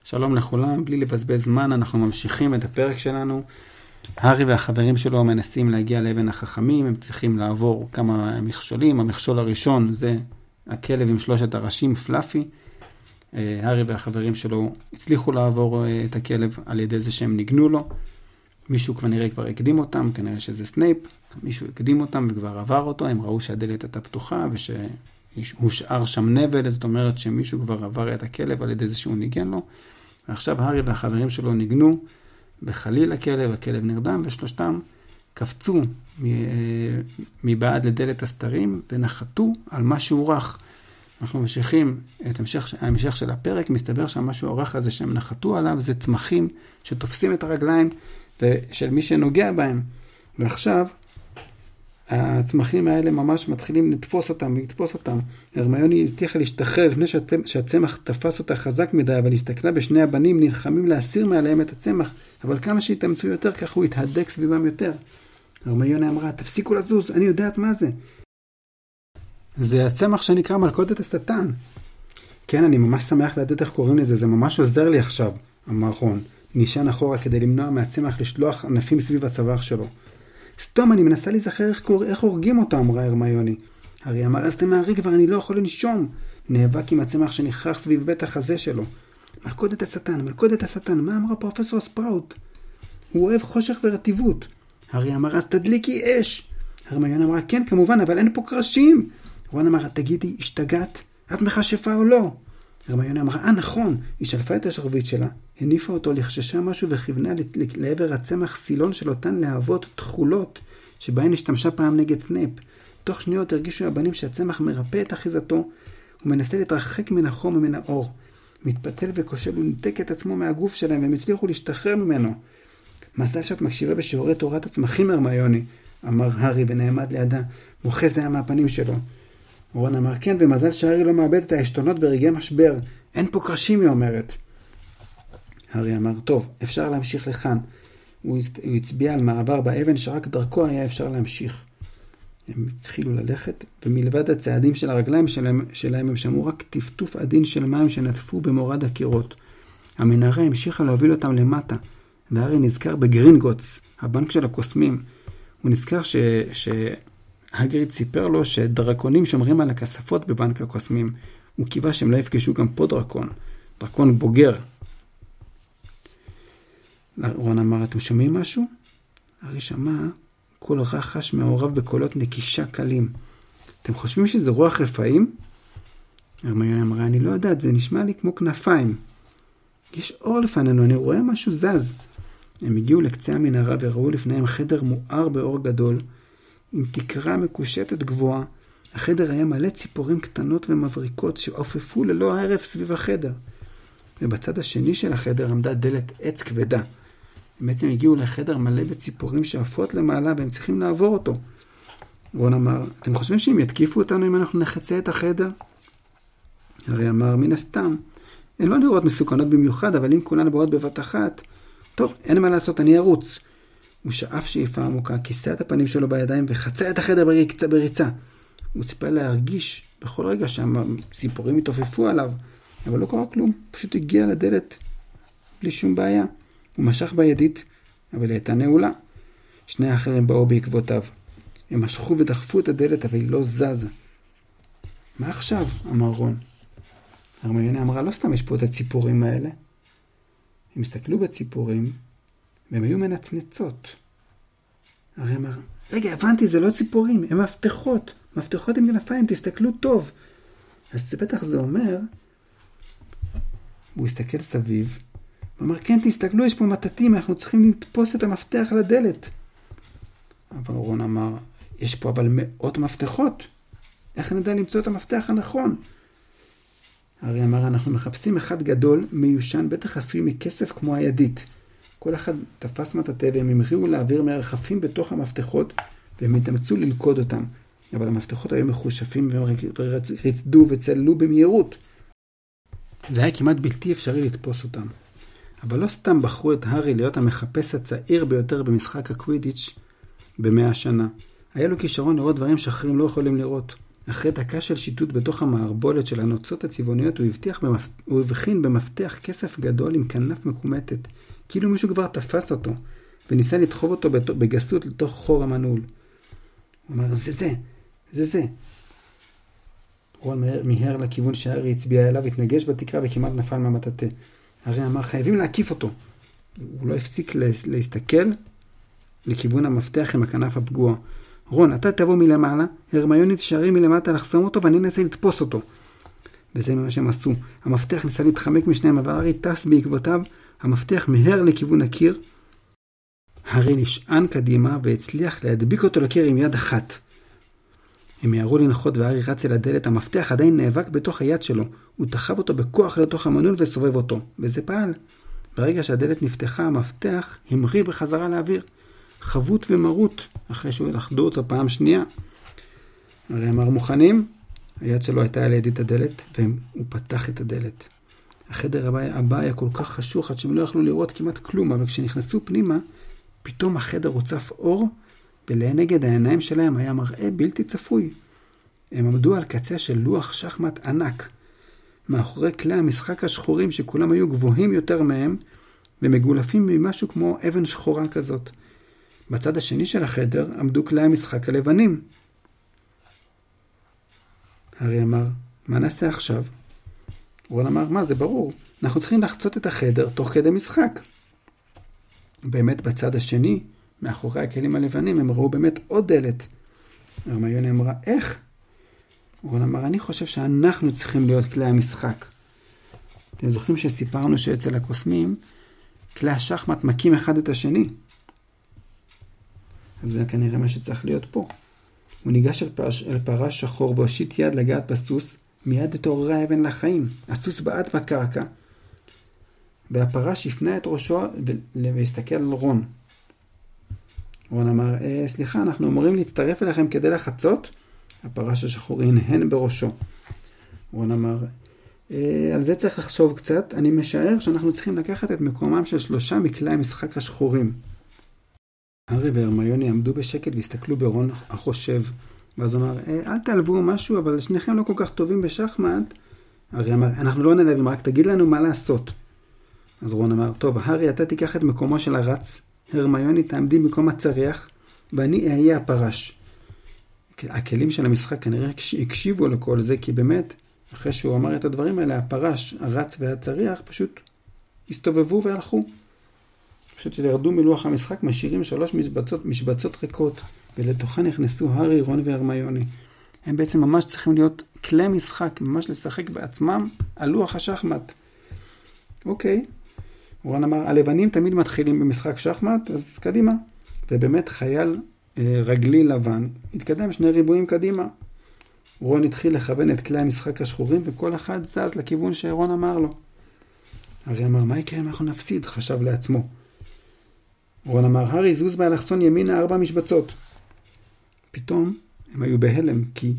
שלום לכולם, בלי לבזבז זמן, אנחנו ממשיכים את הפרק שלנו. הארי והחברים שלו מנסים להגיע לאבן החכמים, הם צריכים לעבור כמה מכשולים. המכשול הראשון זה הכלב עם 3 הראשים, פלאפי. הארי והחברים שלו הצליחו לעבור את הכלב על ידי זה שהם ניגנו לו. מישהו כבר הקדים אותם, כנראה שזה סנייפ. מישהו הקדים אותם וכבר עבר אותו, הם ראו שהדלת הייתה פתוחה ושהושאר שם נבל, זאת אומרת שמישהו כבר עבר את הכלב על ידי זה שהוא ניגן לו. ועכשיו הארי והחברים שלו ניגנו בחליל הכלב נרדם, ושלושתם קפצו מבעד לדלת הסתרים ונחתו על משהו רך. אנחנו ממשיכים את ההמשך של הפרק, מסתבר שהמשהו הרך הזה שהם נחתו עליו זה צמחים שתופסים את הרגליים של מי שנוגע בהם. ועכשיו הצמחים האלה ממש מתחילים לתפוס אותם. הרמיוני הצליחה להשתחרר לפני שהצמח תפס אותה חזק מדי, אבל הסתכלה בשני הבנים נלחמים להסיר מעליהם את הצמח, אבל כמה שהתאמצו יותר, כך הוא התהדק סביבם יותר. הרמיוני אמרה, תפסיקו לזוז, אני יודעת מה זה. זה הצמח שנקרא מלכודת השטן. כן, אני ממש שמח לדעת איך קוראים לזה, זה ממש עוזר לי עכשיו, אמר רון. נשען אחורה כדי למנוע מהצמח לשלוח ענפים סביב הצוואר שלו. סתום, אני מנסה להיזכר איך הורגים אותו, אמרה הרמיוני. הארי אמר, אז תמהרי כבר, אני לא יכול לנשום. נאבק עם הצמח שנכרח סביב בית החזה שלו. מלכודת השטן, מה אמרה פרופסור ספראוט? הוא אוהב חושך ורטיבות. הארי אמר, אז תדליקי אש. הרמיוני אמרה, כן, כמובן, אבל אין פה קרשים. רון אמר, תגידי, השתגעת? את מכשפה או לא? הרמיוני אמרה, נכון. היא שלפה את השרביט שלה, הניפה אותו לחששה משהו וכיוונה לעבר הצמח סילון של אותן להבות תכולות שבהן השתמשה פעם נגד סנייפ. תוך שניות הרגישו הבנים שהצמח מרפא את אחיזתו ומנסה להתרחק מן החום ומן האור. מתפתל וכושל ונתק את עצמו מהגוף שלהם והם הצליחו להשתחרר ממנו. מזל שאת מקשיבה בשיעורי תורת הצמחים, הרמיוני, אמר הארי ונעמד לידה. מוחה זה היה מהפנים שלו. רון אמר, כן, ומזל שהארי לא מאבד את העשתונות ברגעי משבר. אין פה קרשים, היא אומרת. הארי אמר, טוב, אפשר להמשיך לכאן. הוא הצביע על מעבר באבן שרק דרכו היה אפשר להמשיך. הם התחילו ללכת, ומלבד הצעדים של הרגליים שלהם הם שמעו רק טפטוף עדין של מים שנטפו במורד הקירות. המנהרה המשיכה להוביל אותם למטה, והארי נזכר בגרינגוטס, הבנק של הקוסמים. הוא נזכר שהגריד סיפר לו שדרקונים שומרים על הכספות בבנק הקוסמים. הוא קיווה שהם לא יפגשו גם פה דרקון בוגר. רון אמר, אתם שומעים משהו? הארי שמע קול רחש מעורב בקולות נקישה קלים. אתם חושבים שזה רוח רפאים? הרמיוני אמרה, אני לא יודעת, זה נשמע לי כמו כנפיים. יש אור לפנינו, אני רואה משהו זז. הם הגיעו לקצה המנהרה וראו לפניהם חדר מואר באור גדול, עם תקרה מקושטת גבוהה. החדר היה מלא ציפורים קטנות ומבריקות שעופפו ללא הרף סביב החדר. ובצד השני של החדר עמדה דלת עץ כבדה. הם בעצם הגיעו לחדר מלא בציפורים שעפות למעלה והם צריכים לעבור אותו. רון אמר, אתם חושבים שהם יתקיפו אותנו אם אנחנו נחצה את החדר? הארי אמר, מן הסתם. הן לא נראות מסוכנות במיוחד, אבל אם כולן באות בבת אחת, טוב, אין מה לעשות, אני ארוץ. הוא שאף שאיפה עמוקה, כיסה את הפנים שלו בידיים וחצה את החדר בריצה. הוא ציפה להרגיש בכל רגע שהציפורים התעופפו עליו, אבל לא קרה כלום, פשוט הגיע לדלת בלי שום בעיה. הוא משך בידית, אבל היא הייתה נעולה. שני האחרים באו בעקבותיו. הם משכו ודחפו את הדלת, אבל היא לא זזה. מה עכשיו? אמר רון. הרמיוני אמרה, לא סתם יש פה את הציפורים האלה. הם הסתכלו בציפורים, והם היו מנצנצות. הארי אמר, רגע, הבנתי, זה לא ציפורים, הם מפתחות. מפתחות עם כנפיים, תסתכלו טוב. אז בטח זה אומר, הוא הסתכל סביב, הוא אמר, כן, תסתכלו, יש פה מטטים, אנחנו צריכים לתפוס את המפתח לדלת. אבל רון אמר, יש פה אבל מאות מפתחות. איך נדע למצוא את המפתח הנכון? הארי אמר, אנחנו מחפשים אחד גדול, מיושן, בטח עשוי מכסף כמו הידית. כל אחד תפס מטטה והם המריאו להעביר מרחפים בתוך המפתחות, והם התאמצו ללכוד אותם. אבל המפתחות היו מחושפים והם רצדו וצללו במהירות. זה היה כמעט בלתי אפשרי לתפוס אותם. אבל לא סתם בחרו את הארי להיות המחפש הצעיר ביותר במשחק הקווידיץ' ב100 שנה. היה לו כישרון לראות דברים שאחרים לא יכולים לראות. אחרי דקה של שיטוט בתוך המערבולת של הנוצות הצבעוניות, הוא הבחין במפתח כסף גדול עם כנף מקומטת, כאילו מישהו כבר תפס אותו, וניסה לדחוב אותו בגסות לתוך חור המנעול. הוא אמר, זה. רון מיהר לכיוון שהארי הצביע אליו, התנגש בתקרה וכמעט נפל מהמטאטה. הארי אמר, חייבים להקיף אותו. הוא לא הפסיק להסתכל לכיוון המפתח עם הכנף הפגוע. רון, אתה תבוא מלמעלה, הרמיוני תשארי מלמטה לחסום אותו, ואני אנסה לתפוס אותו. וזה מה שהם עשו. המפתח ניסה להתחמק משניהם, אבל הארי טס בעקבותיו, המפתח מהר לכיוון הקיר. הארי נשען קדימה והצליח להדביק אותו לקיר עם יד אחת. הם יערו לנחות והארי רץ אל הדלת, המפתח עדיין נאבק בתוך היד שלו. הוא תחב אותו בכוח לתוך המנעול וסובב אותו, וזה פעל. ברגע שהדלת נפתחה, המפתח המריא בחזרה לאוויר. חבוט ומרות, אחרי שהוא לחדו אותו פעם שנייה. הארי אמר, מוכנים? היד שלו הייתה על ידית הדלת, והוא פתח את הדלת. החדר הבא היה כל כך חשוך, עד שהם לא יכלו לראות כמעט כלום, אבל כשנכנסו פנימה, פתאום החדר הוצף אור, ולנגד העיניים שלהם היה מראה בלתי צפוי. הם עמדו על קצה של לוח שחמט ענק, מאחורי כלי המשחק השחורים שכולם היו גבוהים יותר מהם, ומגולפים ממשהו כמו אבן שחורה כזאת. בצד השני של החדר עמדו כלי המשחק הלבנים. הארי אמר, מה נעשה עכשיו? רון אמר, מה, זה ברור. אנחנו צריכים לחצות את החדר תוך כדי משחק. באמת בצד השני, מאחורי הכלים הלבנים, הם ראו באמת עוד דלת. הרמיוני אמרה, איך? רון אמר, אני חושב שאנחנו צריכים להיות כלי המשחק. אתם זוכרים שסיפרנו שאצל הקוסמים, כלי השחמט מקים אחד את השני. אז זה כנראה מה שצריך להיות פה. הוא ניגש אל פרש שחור והושיט יד לגעת בסוס, מיד התעוררה האבן לחיים. הסוס בעט בקרקע, והפרש הפנה את ראשו והסתכל על רון. רון אמר, סליחה, אנחנו אמורים להצטרף אליכם כדי לחצות? הפרש השחור הנהן בראשו. רון אמר, על זה צריך לחשוב קצת. אני משער שאנחנו צריכים לקחת את מקומם של 3 מכלי המשחק השחורים. הארי והרמיוני עמדו בשקט והסתכלו ברון החושב. ואז הוא אמר, אל תעלבו משהו, אבל שניכם לא כל כך טובים בשחמט. הארי אמר, אנחנו לא נעלבים, רק תגיד לנו מה לעשות. אז רון אמר, טוב, הארי, אתה תיקח את מקומו של הרץ, הרמיוני תעמדי במקום הצריח, ואני אהיה הפרש. הכלים של המשחק כנראה הקשיבו לכל זה, כי באמת, אחרי שהוא אמר את הדברים האלה, הפרש, הרץ והצריח פשוט הסתובבו והלכו. פשוט ירדו מלוח המשחק, משאירים 3 משבצות ריקות, ולתוכן נכנסו הארי, רון והרמיוני. הם בעצם ממש צריכים להיות כלי משחק, ממש לשחק בעצמם על לוח השחמט. אוקיי. רון אמר, הלבנים תמיד מתחילים במשחק שחמט, אז קדימה. ובאמת חייל רגלי לבן התקדם 2 ריבועים קדימה. רון התחיל לכוון את כלי המשחק השחורים, וכל אחד זז לכיוון שרון אמר לו. הארי אמר, מה יקרה אם אנחנו נפסיד? חשב לעצמו. רון אמר, הארי, זוז באלכסון ימינה 4 משבצות. פתאום הם היו בהלם, כי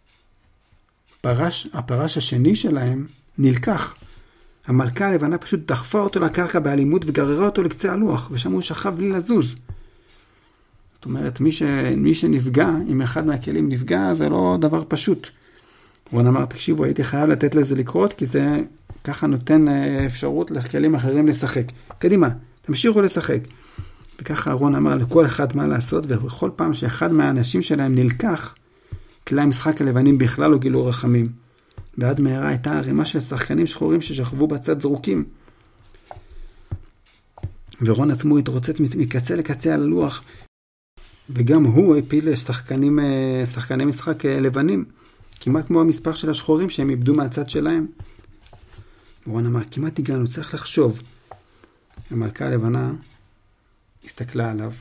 הפרש השני שלהם נלקח. המלכה הלבנה פשוט דחפה אותו לקרקע באלימות וגררה אותו לקצה הלוח, ושם הוא שכב בלי לזוז. זאת אומרת, מי שנפגע, אם אחד מהכלים נפגע, זה לא דבר פשוט. רון אמר, תקשיבו, הייתי חייב לתת לזה לקרות, כי זה ככה נותן אפשרות לכלים אחרים לשחק. קדימה, תמשיכו לשחק. וככה רון אמר לכל אחד מה לעשות, ובכל פעם שאחד מהאנשים שלהם נלקח, כלי המשחק הלבנים בכלל לא גילו רחמים. ועד מהרה הייתה ערימה של שחקנים שחורים ששכבו בצד זרוקים. ורון עצמו התרוצץ מקצה לקצה על הלוח, וגם הוא הפיל שחקני משחק לבנים, כמעט כמו המספר של השחורים שהם איבדו מהצד שלהם. רון אמר, כמעט הגענו, צריך לחשוב. המלכה הלבנה הסתכלה עליו.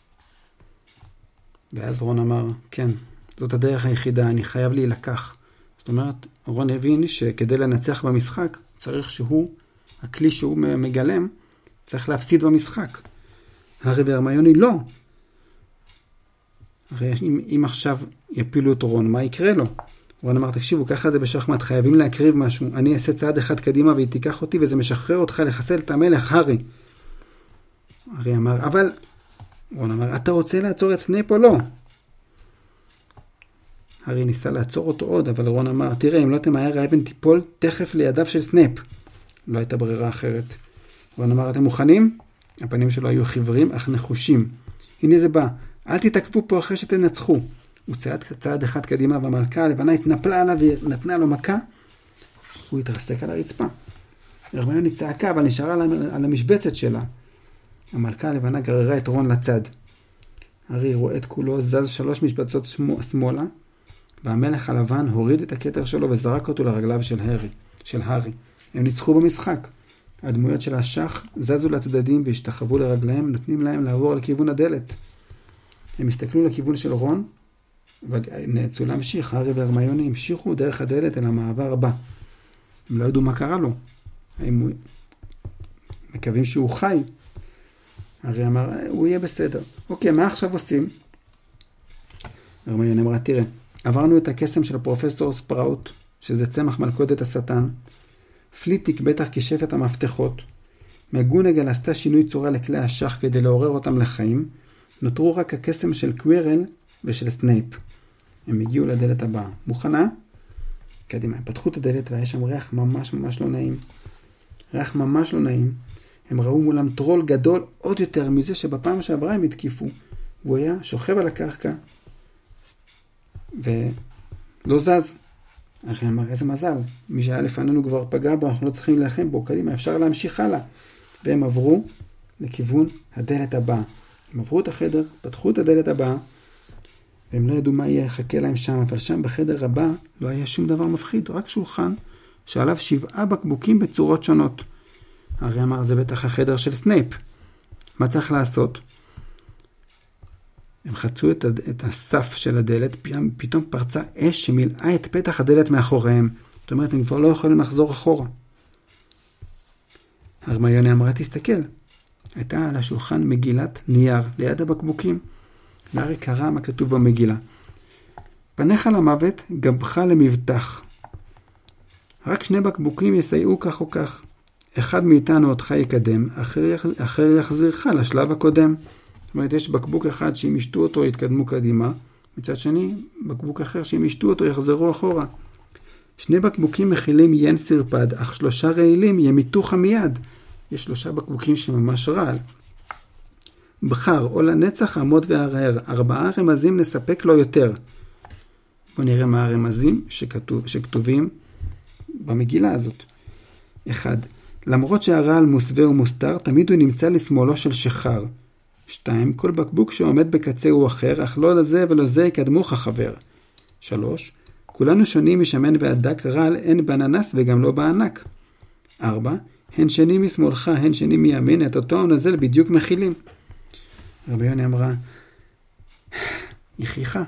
ואז רון אמר, כן, זאת הדרך היחידה, אני חייב להילקח. זאת אומרת, רון הבין שכדי לנצח במשחק, צריך שהוא, הכלי שהוא מגלם, צריך להפסיד במשחק. הארי והרמיוני לא. הרי אם עכשיו יפילו את רון, מה יקרה לו? רון אמר, תקשיבו, ככה זה בשחמט, חייבים להקריב משהו. אני אעשה צעד אחד קדימה והיא תיקח אותי, וזה משחרר אותך לחסל את המלך, הארי. הארי אמר, אבל... רון אמר, אתה רוצה לעצור את סנייפ או לא? הארי ניסה לעצור אותו עוד, אבל רון אמר, תראה, אם לא תמהר האבן תיפול תכף לידיו של סנייפ. לא הייתה ברירה אחרת. רון אמר, אתם מוכנים? הפנים שלו היו חיוורים, אך נחושים. הנה זה בא, אל תתעכבו פה אחרי שתנצחו. הוא צעד אחד קדימה, והמלכה הלבנה התנפלה עליו ונתנה לו מכה. הוא התרסק על הרצפה. הרמיוני צעקה, אבל נשארה על המשבצת שלה. המלכה הלבנה גררה את רון לצד. הארי רואה את כולו, זז 3 משבצות שמאלה, והמלך הלבן הוריד את הכתר שלו וזרק אותו לרגליו של הארי. הם ניצחו במשחק. הדמויות של השח זזו לצדדים והשתחוו לרגליהם, נותנים להם לעבור לכיוון הדלת. הם הסתכלו לכיוון של רון, ונאצו להמשיך. הארי והרמיוני המשיכו דרך הדלת אל המעבר הבא. הם לא ידעו מה קרה לו. הם מקווים שהוא חי. הארי אמר, הוא יהיה בסדר. אוקיי, מה עכשיו עושים? הרמיוני אמרה, תראה, עברנו את הקסם של פרופסור ספראוט, שזה צמח מלכודת השטן. פליטיק בטח כישף את המפתחות. מגונגל עשתה שינוי צורה לכלי השח כדי לעורר אותם לחיים. נותרו רק הקסם של קווירל ושל סנייפ. הם הגיעו לדלת הבאה. מוכנה? קדימה, הם פתחו את הדלת והיה שם ריח ממש ממש לא נעים. ריח ממש לא נעים. הם ראו מולם טרול גדול עוד יותר מזה שבפעם שעברה הם התקיפו. הוא היה שוכב על הקרקע ולא זז. אחרי אמר, איזה מזל. מי שהיה לפנינו כבר פגע בו, אנחנו לא צריכים להילחם בו. קדימה, אפשר להמשיך הלאה. והם עברו לכיוון הדלת הבאה. הם עברו את החדר, פתחו את הדלת הבאה, והם לא ידעו מה יהיה חכה להם שם, אבל שם בחדר הבא לא היה שום דבר מפחיד, רק שולחן שעליו 7 בקבוקים בצורות שונות. הארי אמר, זה בטח החדר של סנייפ. מה צריך לעשות? הם חצו את הסף של הדלת, פתאום פרצה אש שמילאה את פתח הדלת מאחוריהם. זאת אומרת, הם כבר לא יכולים לחזור אחורה. הרמיוני אמרה, תסתכל. הייתה על השולחן מגילת נייר ליד הבקבוקים. והארי קרא מה כתוב במגילה. פניך למוות, גבך למבטח. רק 2 בקבוקים יסייעו כך או כך. אחד מאיתנו אותך יקדם, אחר יחזירך לשלב הקודם. זאת אומרת, יש בקבוק אחד שאם ישתו אותו יתקדמו קדימה, מצד שני, בקבוק אחר שאם ישתו אותו יחזרו אחורה. 2 בקבוקים מכילים ין סרפד, אך 3 רעילים ימיתוך מיד. יש 3 בקבוקים שממש רעל. בחר, או לנצח עמוד והרהר, 4 רמזים נספק לו יותר. בואו נראה מה הרמזים שכתובים במגילה הזאת. 1. למרות שהרעל מוסווה ומוסתר, תמיד הוא נמצא לשמאלו של שחר. 2. כל בקבוק שעומד בקצה הוא אחר, אך לא לזה ולא זה יקדמוך חבר. 3. כולנו שונים משמן והדק, רעל אין באננס וגם לא בענק. 4. הן שני משמאלך, הן שני מימין, את אותו הנזל בדיוק מכילים. הרמיוני אמרה, היא חייכה.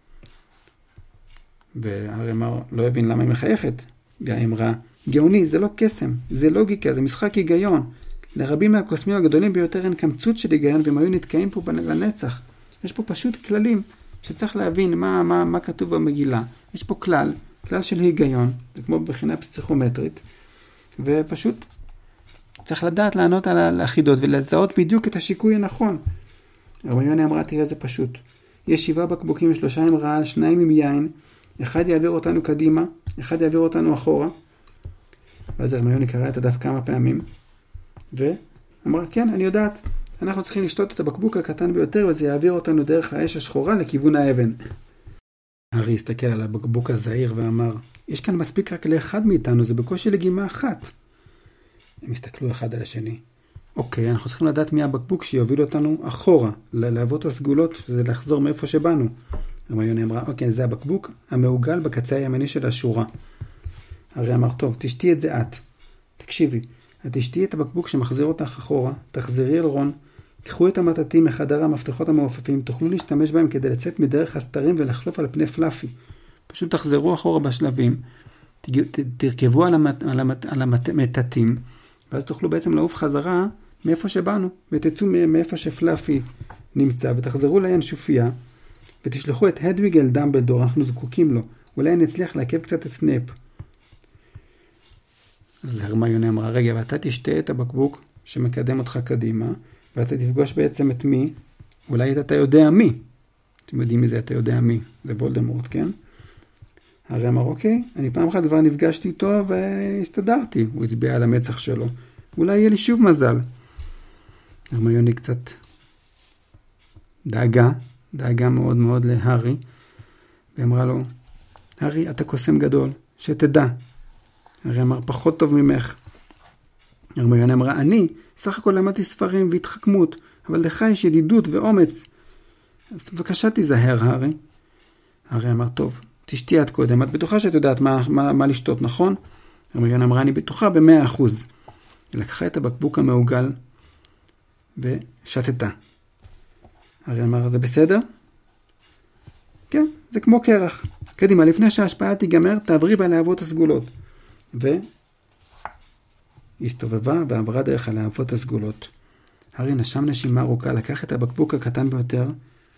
והארי אמר, לא הבין למה היא מחייכת. והיא אמרה, גאוני, זה לא קסם, זה לוגיקה, זה משחק היגיון. לרבים מהקוסמים הגדולים ביותר אין קמצות של היגיון, והם היו נתקעים פה לנצח. יש פה פשוט כללים שצריך להבין מה כתוב במגילה. יש פה כלל של היגיון, זה כמו בבחינה פסיכומטרית, ופשוט צריך לדעת לענות על החידות ולזהות בדיוק את השיקוי הנכון. הרמיוני אמרה, תראה, זה פשוט. יש 7 בקבוקים, 3 עם רעל, 2 עם יין, 1 יעביר אותנו קדימה, 1 יעביר אותנו אחורה. ואז הרמיוני קרא את הדף כמה פעמים, ואמרה, כן, אני יודעת, אנחנו צריכים לשתות את הבקבוק הקטן ביותר, וזה יעביר אותנו דרך האש השחורה לכיוון האבן. הארי הסתכל על הבקבוק הזעיר ואמר, יש כאן מספיק רק לאחד מאיתנו, זה בקושי לגימה אחת. הם הסתכלו אחד על השני. אוקיי, אנחנו צריכים לדעת מי הבקבוק שיוביל אותנו אחורה, ללהבות הסגולות, זה לחזור מאיפה שבאנו. הרמיוני אמרה, אוקיי, זה הבקבוק המעוגל בקצה הימני של השורה. הארי אמר, טוב, תשתי את זה את. תקשיבי, את תשתי את הבקבוק שמחזיר אותך אחורה, תחזרי אל רון, קחו את המטטים מחדר המפתחות המעופפים, תוכלו להשתמש בהם כדי לצאת מדרך הסתרים ולחלוף על פני פלאפי. פשוט תחזרו אחורה בשלבים, תרכבו על המטטים, ואז תוכלו בעצם לעוף חזרה מאיפה שבאנו, ותצאו מאיפה שפלאפי נמצא, ותחזרו לינשופיה, ותשלחו את הדוויג אל דמבלדור, אנחנו זקוקים לו, אולי נצליח לעכב קצת את סנייפ. אז הרמיוני אמרה, רגע, ואתה תשתה את הבקבוק שמקדם אותך קדימה, ואתה תפגוש בעצם את מי, אולי אתה יודע מי. אתם יודעים מי זה אתה יודע מי, זה וולדמורט, כן? הארי אמר, אוקיי, אני פעם אחת כבר נפגשתי איתו והסתדרתי. הוא הצביע על המצח שלו. אולי יהיה לי שוב מזל. הרמיוני קצת דאגה מאוד מאוד להארי, ואמרה לו, הארי, אתה קוסם גדול, שתדע. הארי אמר, פחות טוב ממך. הרמיוני אמרה, אני סך הכל למדתי ספרים והתחכמות, אבל לך יש ידידות ואומץ. אז בבקשה תיזהר, הארי. הארי אמר, טוב, תשתי עד קודם, את בטוחה שאת יודעת מה לשתות, נכון? הרמיוני אמרה, אני בטוחה ב100%. היא לקחה את הבקבוק המעוגל ושתתה. הארי אמר, זה בסדר? כן, זה כמו קרח. קדימה, לפני שההשפעה תיגמר, תעברי בלהבות הסגולות. הסתובבה ועברה דרך הלהבות הסגולות. הארי נשם נשימה ארוכה, לקח את הבקבוק הקטן ביותר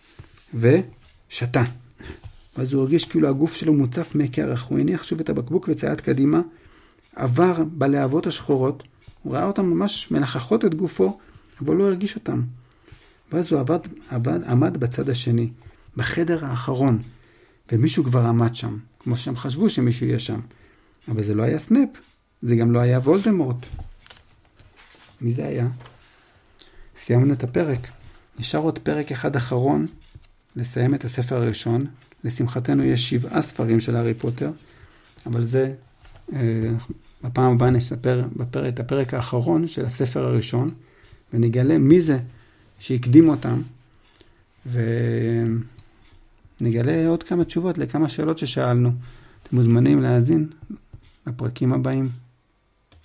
ושתה. ואז הוא הרגיש כאילו הגוף שלו מוצף מקרח. הוא הניח שוב את הבקבוק וצעד קדימה, עבר בלהבות השחורות, הוא ראה אותם ממש מלחכות את גופו, אבל לא הרגיש אותם. ואז הוא עמד בצד השני, בחדר האחרון, ומישהו כבר עמד שם, כמו שהם חשבו שמישהו יהיה שם. אבל זה לא היה סנאפ, זה גם לא היה וולדמורט. מי זה היה? סיימנו את הפרק. נשאר עוד פרק אחד אחרון, לסיים את הספר הראשון. לשמחתנו יש 7 ספרים של הארי פוטר, אבל זה, בפעם הבאה נספר את הפרק האחרון של הספר הראשון, ונגלה מי זה שהקדים אותם, ונגלה עוד כמה תשובות לכמה שאלות ששאלנו. אתם מוזמנים להאזין לפרקים הבאים.